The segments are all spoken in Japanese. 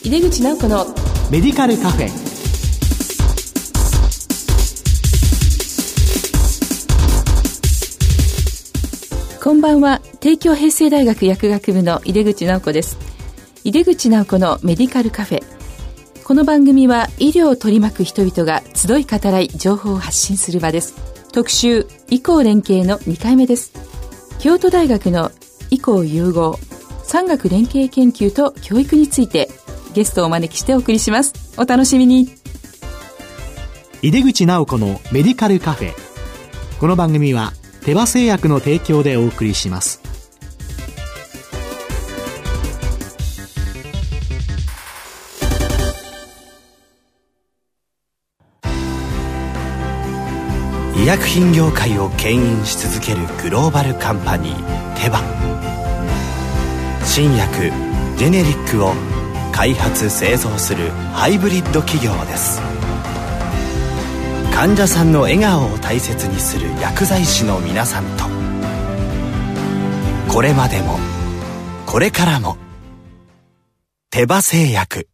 井出口直子のメディカルカフェ。 こんばんは。帝京平成大学薬学部の井出口直子です。井出口直子のメディカルカフェ。この番組は医療を取り巻く人々が集い語らい情報を発信する場です。特集医工連携の2回目です。京都大学の医工融合産学連携研究と教育についてゲストをお招きしてお送りします。お楽しみに。 井出口直子のメディカルカフェ。この番組は手羽製薬の提供でお送りします。 医薬品業界を牽引し続けるグローバルカンパニーテバ。新薬ジェネリックを開発製造するハイブリッド企業です。患者さんの笑顔を大切にする薬剤師の皆さんと、これまでもこれからも手羽製薬。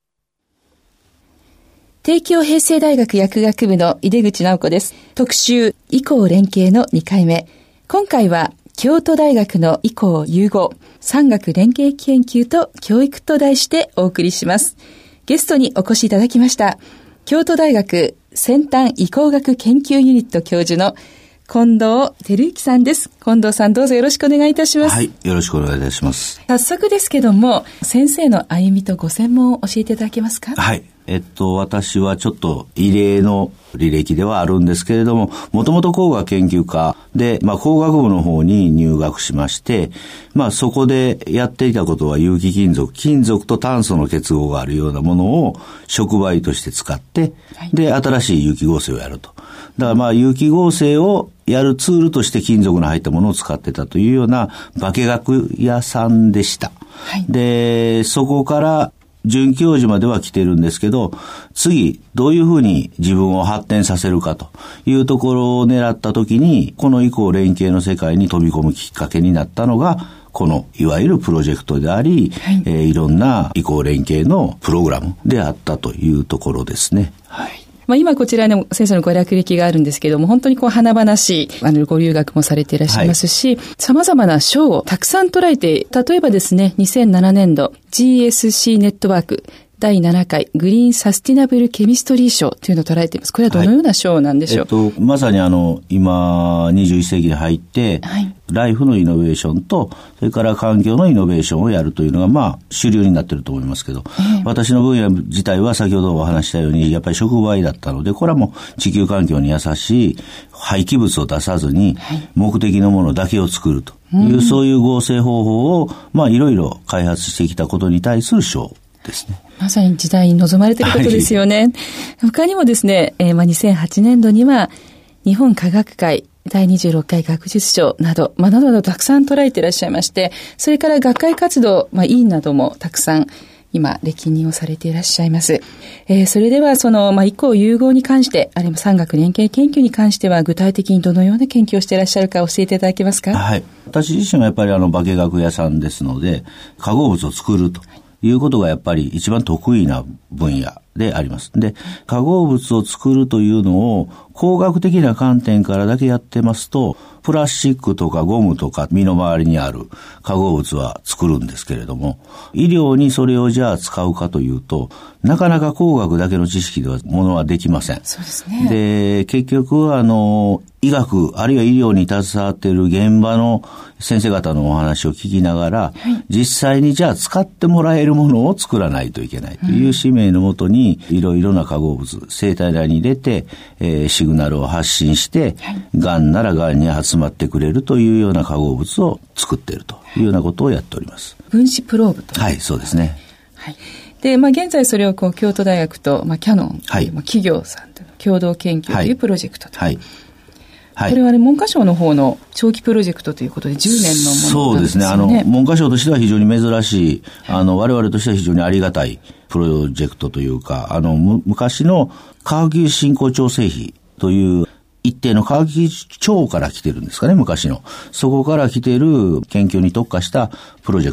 帝京平成大学薬学部の井出口直子です。特集医工連携の2回目。今回は京都大学の医工融合産学連携研究と教育と題してお送りします。ゲストにお越しいただきました。京都大学先端医工学研究ユニット教授の近藤照之さんです。近藤さん、どうぞよろしくお願いいたします。 はい、よろしくお願いいたします。 早速ですけども、先生の歩みとご専門を教えていただけますか？ はい。私はちょっと異例の履歴ではあるんですけれども、もともと工学研究科で、工学部の方に入学しまして、そこでやっていたことは有機金属と炭素の結合があるようなものを触媒として使って、で、新しい有機合成をやると。だから有機合成をやるツールとして金属の入ったものを使ってたというような化学屋さんでした。はい、で、そこから准教授までは来てるんですけど、次どういうふうに自分を発展させるかというところを狙った時に、この医工連携の世界に飛び込むきっかけになったのがこのいわゆるプロジェクトであり、いろんな医工連携のプログラムであったというところですね。はい。 今こちらに先生のご略歴があるんですけども、本当に華々しいご留学もされていらっしゃいますし、様々な賞をたくさん捉えて、例えばですね、2007年度 GSC ネットワーク第7回グリーンサスティナブルケミストリー賞というのを捉えています。これはどのような賞なんでしょう？ まさに今21世紀に入って、ライフのイノベーションとそれから環境のイノベーションをやるというのが主流になっていると思いますけど、私の分野自体は先ほどお話したようにやっぱり触媒だったので、これはもう地球環境に優しい廃棄物を出さずに目的のものだけを作るという、そういう合成方法をいろいろ開発してきたことに対する賞ですね。 まさに時代に望まれていることですよね。他にもですね、2008年度には日本科学会第26回学術賞など、などたくさん捉えていらっしゃいまして、それから学会活動、委員などもたくさん今歴任をされていらっしゃいます。それでは医工融合に関して、あるいは産学連携研究に関しては具体的にどのような研究をしていらっしゃるか教えていただけますか？ はい。私自身はやっぱり化学屋さんですので、化合物を作るということがやっぱり一番得意な分野であります。で、化合物を作るというのを工学的な観点からだけやってますと、プラスチックとかゴムとか身の回りにある化合物は作るんですけれども、医療にそれをじゃあ使うかというと、なかなか工学だけの知識ではものはできません。 そうですね。 で、結局医学あるいは医療に携わっている現場の先生方のお話を聞きながら、実際にじゃあ使ってもらえるものを作らないといけないという使命のもとに、いろいろな化合物生体内に入れて、シグナルを発信して、がんならがんに集まってくれるというような化合物を作っているというようなことをやっております。 分子プローブと。 はい、そうですね。 はい。で、現在それを京都大学と、キャノンという、企業さんとの共同研究というプロジェクトと。はい。はい、これは文科省の方の長期プロジェクトということで10年のものなんですよね。 そうですね。文科省としては非常に珍しい、我々としては非常にありがたいプロジェクトというか、昔の科学技術振興調整費という一定の科学技術庁から来てるんですかね、昔の。そこから来ている研究に特化したプロジェクト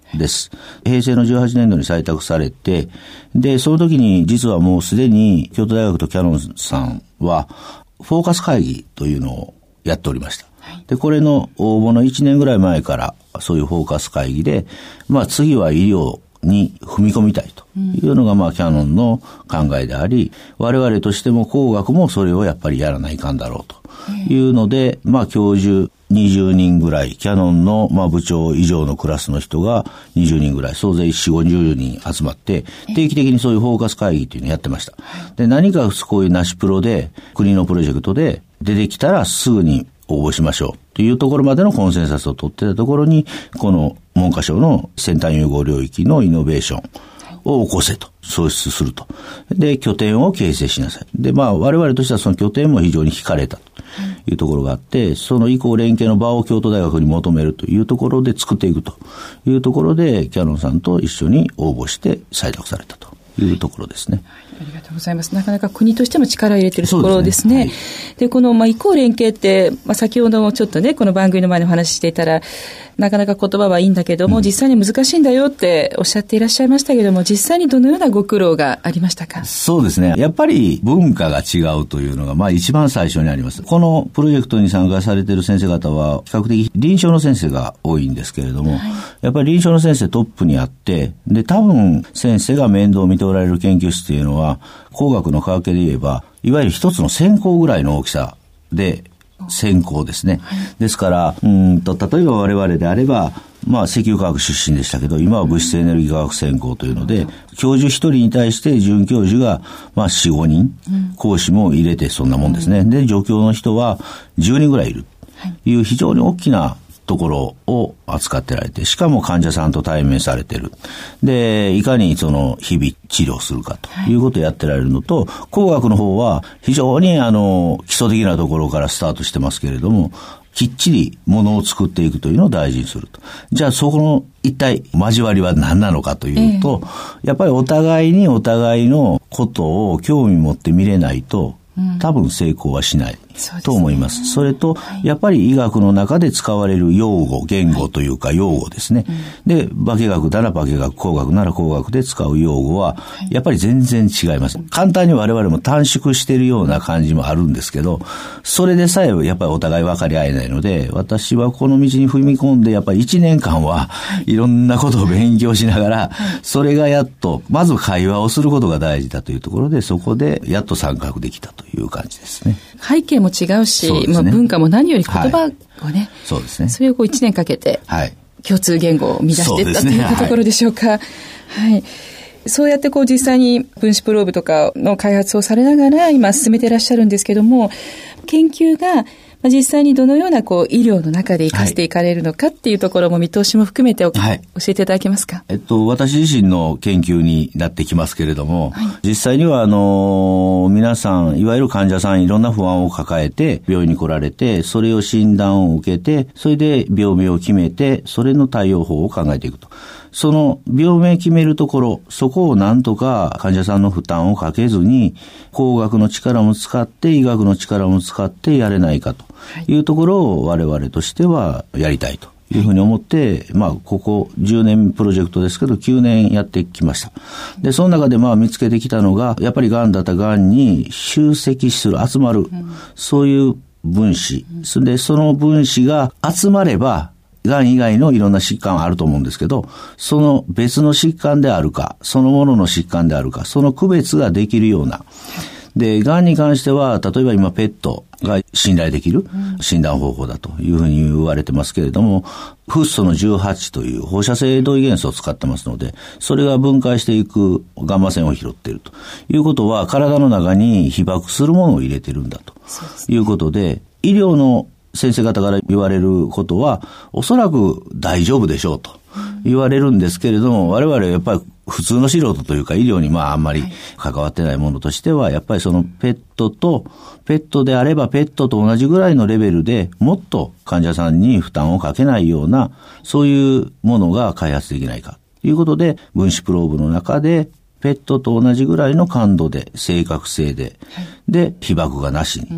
です。平成の18年度に採択されて、で、その時に実はもうすでに京都大学とキヤノンさんはフォーカス会議というのをやっておりました。で、これの応募の1年ぐらい前からそういうフォーカス会議で、次は医療に踏み込みたいというのがキヤノンの考えであり、我々としても工学もそれをやっぱりやらないかんだろうというので、教授20人ぐらい、キヤノンの部長以上のクラスの人が20人ぐらい、総勢4、50人集まって、定期的にそういうフォーカス会議っていうのをやってました。で、何かこういうなしプロで、国のプロジェクトで出てきたらすぐに応募しましょうというところまでのコンセンサスを取ってたところに、この文科省の先端融合領域のイノベーションを起こせと、創出すると。で、拠点を形成しなさい。で、我々としてはその拠点も非常に惹かれたというところがあって、その以降連携の場を京都大学に求めるというところで作っていくというところで、キヤノンさんと一緒に応募して採択されたというところですね。 ありがとうございます。なかなか国としても力を入れているところですね。で、この移行連携って、先ほどもちょっとね、この番組の前にお話ししていたら、なかなか言葉はいいんだけども、実際に難しいんだよっておっしゃっていらっしゃいましたけども、実際にどのようなご苦労がありましたか？ そうですね。やっぱり文化が違うというのが、一番最初にあります。このプロジェクトに参加されている先生方は、比較的臨床の先生が多いんですけれども、やっぱり臨床の先生トップにあって、で、多分先生が面倒を見ておられる研究室というのは、工学の科学系で言えば、いわゆる一つの線香ぐらいの大きさで、線香ですね。ですから、例えば我々であれば、石油化学出身でしたけど、今は物質エネルギー化学専攻というので、教授一人に対して准教授が、4、5人、講師も入れてそんなもんですね。で、助教の人は10人ぐらいいる。いう非常に大きなところを扱ってられて、しかも患者さんと対面されてる。で、いかに日々治療するかということをやってられるのと、工学の方は非常に基礎的なところからスタートしてますけれども、きっちりものを作っていくというのを大事にすると。じゃあそこの一体交わりは何なのかというと、やっぱりお互いにお互いのことを興味持って見れないと、多分成功はしないと思います。それと、やっぱり医学の中で使われる用語、言語というか用語ですね。で、化学なら化学、工学なら工学で使う用語は、やっぱり全然違います。簡単に我々も短縮しているような感じもあるんですけど、それでさえやっぱりお互い分かり合えないので、私はこの道に踏み込んで、やっぱり1年間はいろんなことを勉強しながら、それがやっと、まず会話をすることが大事だというところで、そこでやっと参画できたという感じですね。 背景も違うし、文化も何より言葉をね、 そうですね。 それを1年かけて、共通言語を生み出していったというところでしょうか。そうやって実際に分子プローブとかの開発をされながら今進めていらっしゃるんですけども、研究が実際にどのような医療の中で活かしていかれるのかっていうところも見通しも含めて教えていただけますか？ 私自身の研究になってきますけれども、実際には皆さん、いわゆる患者さんいろんな不安を抱えて病院に来られて、それを診断を受けて、それで病名を決めて、それの対応法を考えていくと。その病名決めるところ、そこをなんとか患者さんの負担をかけずに、工学の力も使って、医学の力も使ってやれないかというところを我々としてはやりたいというふうに思って、ここ10年プロジェクトですけど、9年やってきました。で、その中で見つけてきたのが、やっぱり癌だった癌に集積する、集まる、そういう分子。で、その分子が集まれば、癌以外のいろんな疾患はあると思うんですけど、その別の疾患であるか、そのものの疾患であるか、その区別ができるような。で、癌に関しては、例えば今ペットが信頼できる診断方法だというふうに言われてますけれども、フッ素の18という放射性同位元素を使ってますので、それが分解していくガンマ線を拾っているということは、体の中に被爆するものを入れてるんだということで、医療の先生方から言われることは、おそらく大丈夫でしょうと言われるんですけれども、我々はやっぱり普通の素人というか医療にあんまり関わってないものとしては、やっぱりそのペットであればペットと同じぐらいのレベルでもっと患者さんに負担をかけないような、そういうものが開発できないかということで、分子プローブの中でペットと同じぐらいの感度で、正確性で、で、被爆がなしに。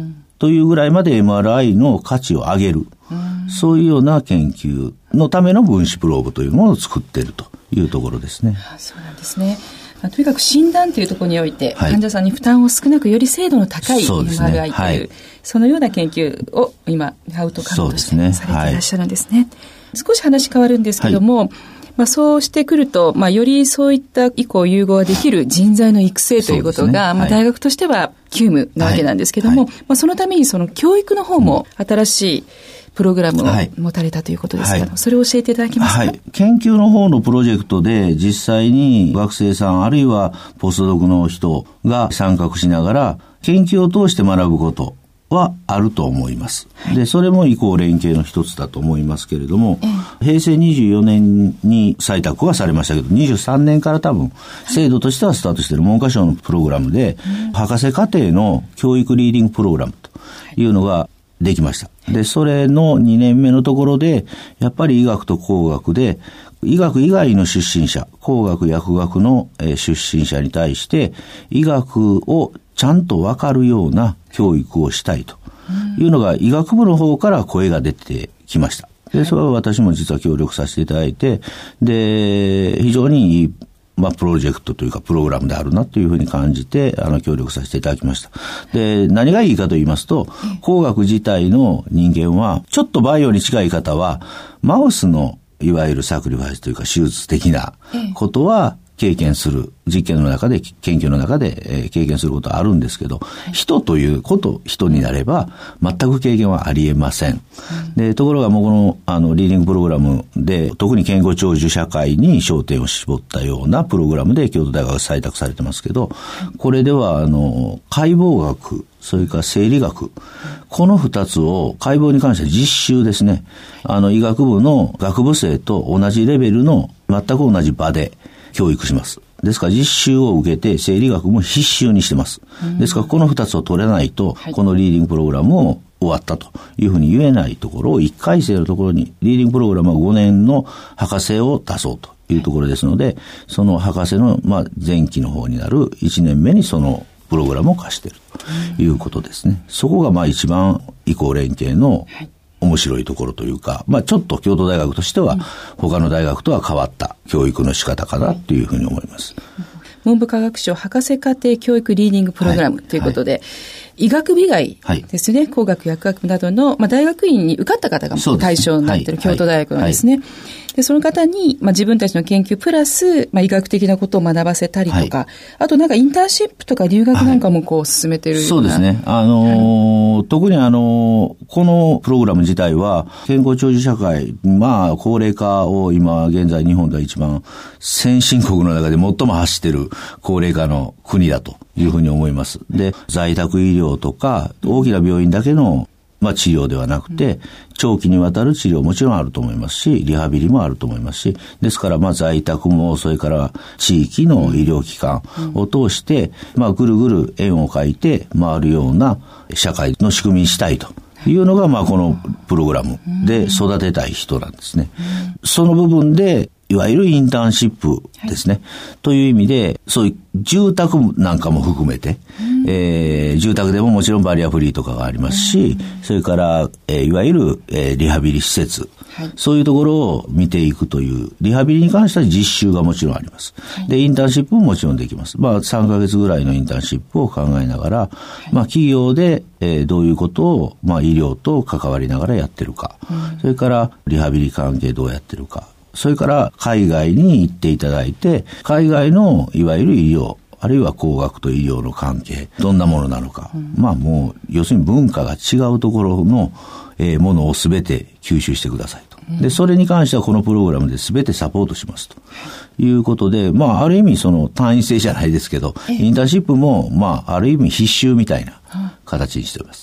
というぐらいまで MRI の価値を上げる。そういうような研究のための分子プローブというものを作っているというところですね。 そうなんですね。とにかく診断というところにおいて、患者さんに負担を少なくより精度の高い MRI という、そのような研究を今アウトカムとしてされていらっしゃるんですね。少し話変わるんですけども、そうしてくると、よりそういった以降融合ができる人材の育成ということが、大学としては急務なわけなんですけども、そのためにその教育の方も新しいプログラムを持たれたということですけど、それを教えていただけますか？ 研究の方のプロジェクトで実際に学生さんあるいはポストドクの人が参画しながら研究を通して学ぶことはあると思います。で、それも以降連携の一つだと思いますけれども、平成24年に採択はされましたけど、23年から多分制度としてはスタートしている文科省のプログラムで、博士課程の教育リーディングプログラムというのができました。で、それの2年目のところで、やっぱり医学と工学で、医学以外の出身者、工学、薬学の出身者に対して、医学をちゃんと分かるような教育をしたいというのが、医学部の方から声が出てきました。で、それは私も実は協力させていただいて、で、非常にいいプロジェクトというかプログラムであるなというふうに感じて協力させていただきました。で、何がいいかと言いますと、工学自体の人間はちょっとバイオに近い方はマウスのいわゆるサクリファイスというか手術的なことは経験する、実験の中で研究の中で経験することはあるんですけど、人という人になれば全く経験はありえません。で、ところがもうこのリーディングプログラムで特に健康長寿社会に焦点を絞ったようなプログラムで京都大学が採択されてますけど、これでは解剖学、それから生理学、この2つを解剖に関しては実習ですね。医学部の学部生と同じレベルの全く同じ場で教育します。ですから実習を受けて生理学も必修にしてます。ですからこの2つを取れないと、このリーディングプログラムを終わったというふうに言えないところを1回生のところにリーディングプログラムは5年の博士を出そうというところですので、その博士の前期の方になる1年目にそのプログラムを課しているということですね。そこが一番移行連携の面白いところというか、ちょっと京都大学としては他の大学とは変わった教育の仕方かなというふうに思います。 文部科学省博士課程教育リーディングプログラムということで、医学部以外ですね、工学薬学部などの、大学院に受かった方が対象になっている京都大学のですね、でその方に、自分たちの研究プラス、医学的なことを学ばせたりとか、あとインターンシップとか留学なんかも進めているような、 そうですね。特にこのプログラム自体は健康長寿社会、高齢化を今現在日本では一番先進国の中で最も走っている高齢化の国だというふうに思います。で、在宅医療とか大きな病院だけの治療ではなくて、長期にわたる治療もちろんあると思いますし、リハビリもあると思いますし、ですから在宅も、それから地域の医療機関を通して、ぐるぐる円を描いて回るような社会の仕組みにしたいというのが、このプログラムで育てたい人なんですね。その部分で、いわゆるインターンシップですね。という意味で、そういう住宅なんかも含めて、住宅でももちろんバリアフリーとかがありますし、それから、いわゆる、リハビリ施設、そういうところを見ていくという、リハビリに関しては実習がもちろんあります。で、インターンシップももちろんできます。3ヶ月ぐらいのインターンシップを考えながら、企業で、どういうことを、医療と関わりながらやってるか、それからリハビリ関係どうやってるか、それから海外に行っていただいて、海外のいわゆる医療、あるいは工学と医療の関係、どんなものなのか。もう、要するに文化が違うところの、ものをすべて吸収してくださいと。で、それに関してはこのプログラムで全てサポートしますということで、ある意味単位制じゃないですけど、インターンシップも、ある意味必修みたいな形にしております。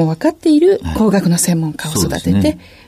そうなんですね。医療も分かっている工学の専門家を育てて、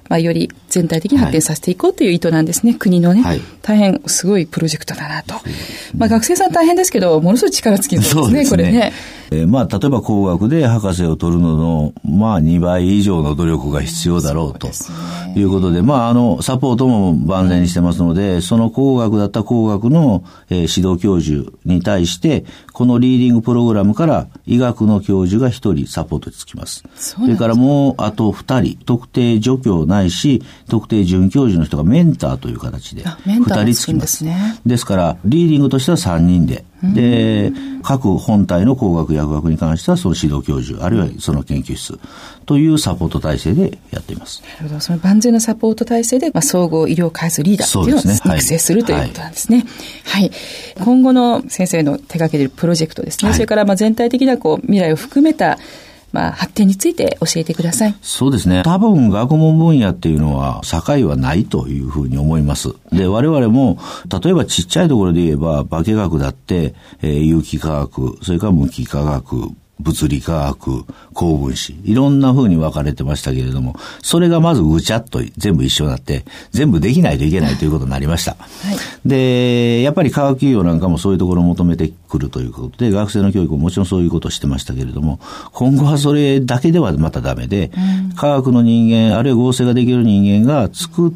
より全体的に発展させていこうという意図なんですね、国のね、大変すごいプロジェクトだなと。学生さん大変ですけど、ものすごい力尽きそうですね、これね。 例えば工学で博士を取るのの、2倍以上の努力が必要だろうということで、サポートも万全にしてますので、その工学だった工学の、指導教授に対して、このリーディングプログラムから医学の教授が1人サポートにつきます。それからもうあと2人、特定助教ないし、特定准教授の人がメンターという形で2人つきます。ですから、リーディングとしては3人で、各本体の工学薬学に関してはその指導教授あるいはその研究室というサポート体制でやっています。 なるほど。その万全のサポート体制で、総合医療開発リーダーというのを育成するということなんですね。今後の先生の手掛けているプロジェクトですね、それから全体的な未来を含めた発展について教えてください。 そうですね。多分学問分野っていうのは境はないというふうに思います。で、我々も例えばちっちゃいところで言えば化学だって、有機化学、それから無機化学、物理科学、高分子、いろんな風に分かれてましたけれども、それがまずぐちゃっと全部一緒になって、全部できないといけないということになりました。で、やっぱり科学企業なんかもそういうところを求めてくるということで、学生の教育ももちろんそういうことをしてましたけれども、今後はそれだけではまたダメで、科学の人間、あるいは合成ができる人間が作って、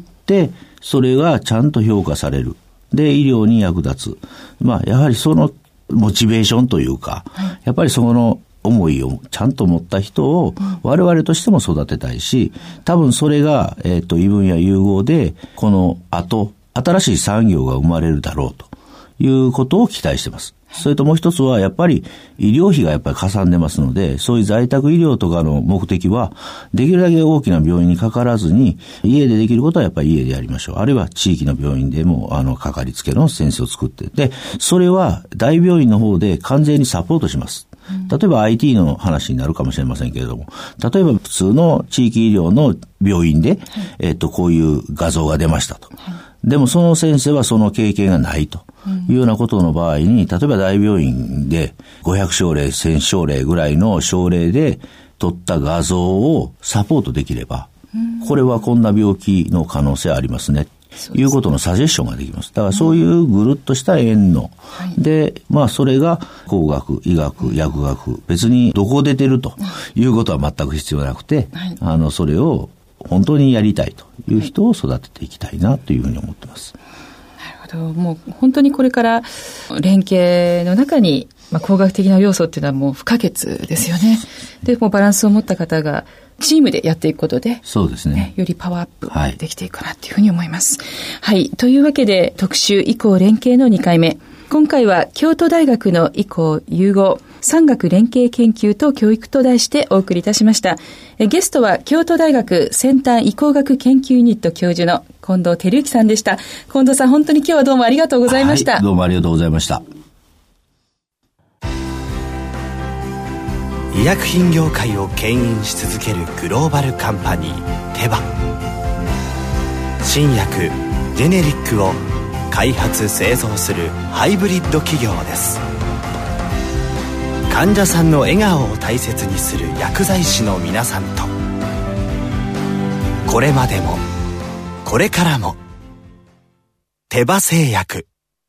それがちゃんと評価される。で、医療に役立つ。やはりそのモチベーションというか、やっぱりその思いをちゃんと持った人を我々としても育てたいし、多分それが、異分野融合でこの後新しい産業が生まれるだろうということを期待しています。それともう一つはやっぱり医療費がやっぱりかさんでますので、そういう在宅医療とかの目的はできるだけ大きな病院にかからずに、家でできることはやっぱり家でやりましょう。あるいは地域の病院でもかかりつけの先生を作って、でそれは大病院の方で完全にサポートします。例えば IT の話になるかもしれませんけれども、例えば普通の地域医療の病院で、こういう画像が出ましたと。でもその先生はその経験がないというようなことの場合に、例えば大病院で500症例、1000症例ぐらいの症例で撮った画像をサポートできれば、これはこんな病気の可能性ありますね。いうことのサジェッションができます。だからそういうぐるっとした円の、で、それが工学、医学、薬学、別にどこ出てるということは全く必要なくて、それを本当にやりたいという人を育てていきたいなというふうに思っています。 なるほど。もう本当にこれから連携の中に、工学的な要素っていうのはもう不可欠ですよね。で、もうバランスを持った方がチームでやっていくことで、 そうですね。 よりパワーアップできていくかなというふうに思います。というわけで特集医工連携の2回目。今回は京都大学の医工融合産学連携研究と教育と題してお送りいたしました。ゲストは京都大学先端医工学研究ユニット教授の近藤照之さんでした。近藤さん、本当に今日はどうもありがとうございました。 どうもありがとうございました。 医薬品業界を牽引し続けるグローバルカンパニーテバ。新薬ジェネリックを開発製造するハイブリッド企業です。患者さんの笑顔を大切にする薬剤師の皆さんと、これまでもこれからもテバ製薬。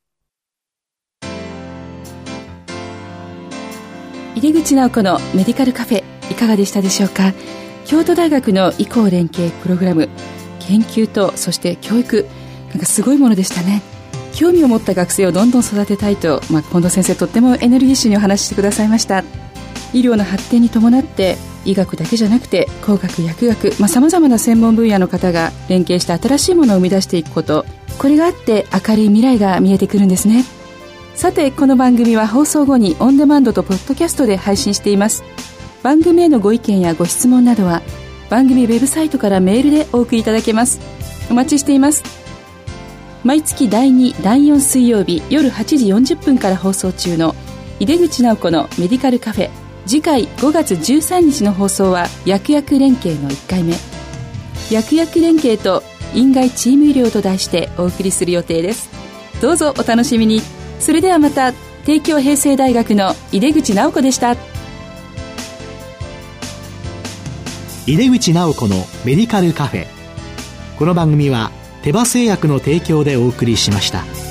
入口直子のメディカルカフェ、いかがでしたでしょうか。京都大学の医工連携プログラム、研究とそして教育、なんかすごいものでしたね。興味を持った学生をどんどん育てたいと、近藤先生とってもエネルギッシュにお話ししてくださいました。医療の発展に伴って医学だけじゃなくて工学、薬学、様々な専門分野の方が連携して新しいものを生み出していくこと、これがあって明るい未来が見えてくるんですね。さて、この番組は放送後にオンデマンドとポッドキャストで配信しています。番組へのご意見やご質問などは番組ウェブサイトからメールでお送りいただけます。お待ちしています。毎月第2、第4水曜日夜8時40分から放送中の井出口直子のメディカルカフェ、次回5月13日の放送は薬薬連携の1回目、薬薬連携と院外チーム医療と題してお送りする予定です。どうぞお楽しみに。それではまた。帝京平成大学の井出口直子でした。 井出口直子のメディカルカフェ。 この番組は手羽製薬の提供でお送りしました。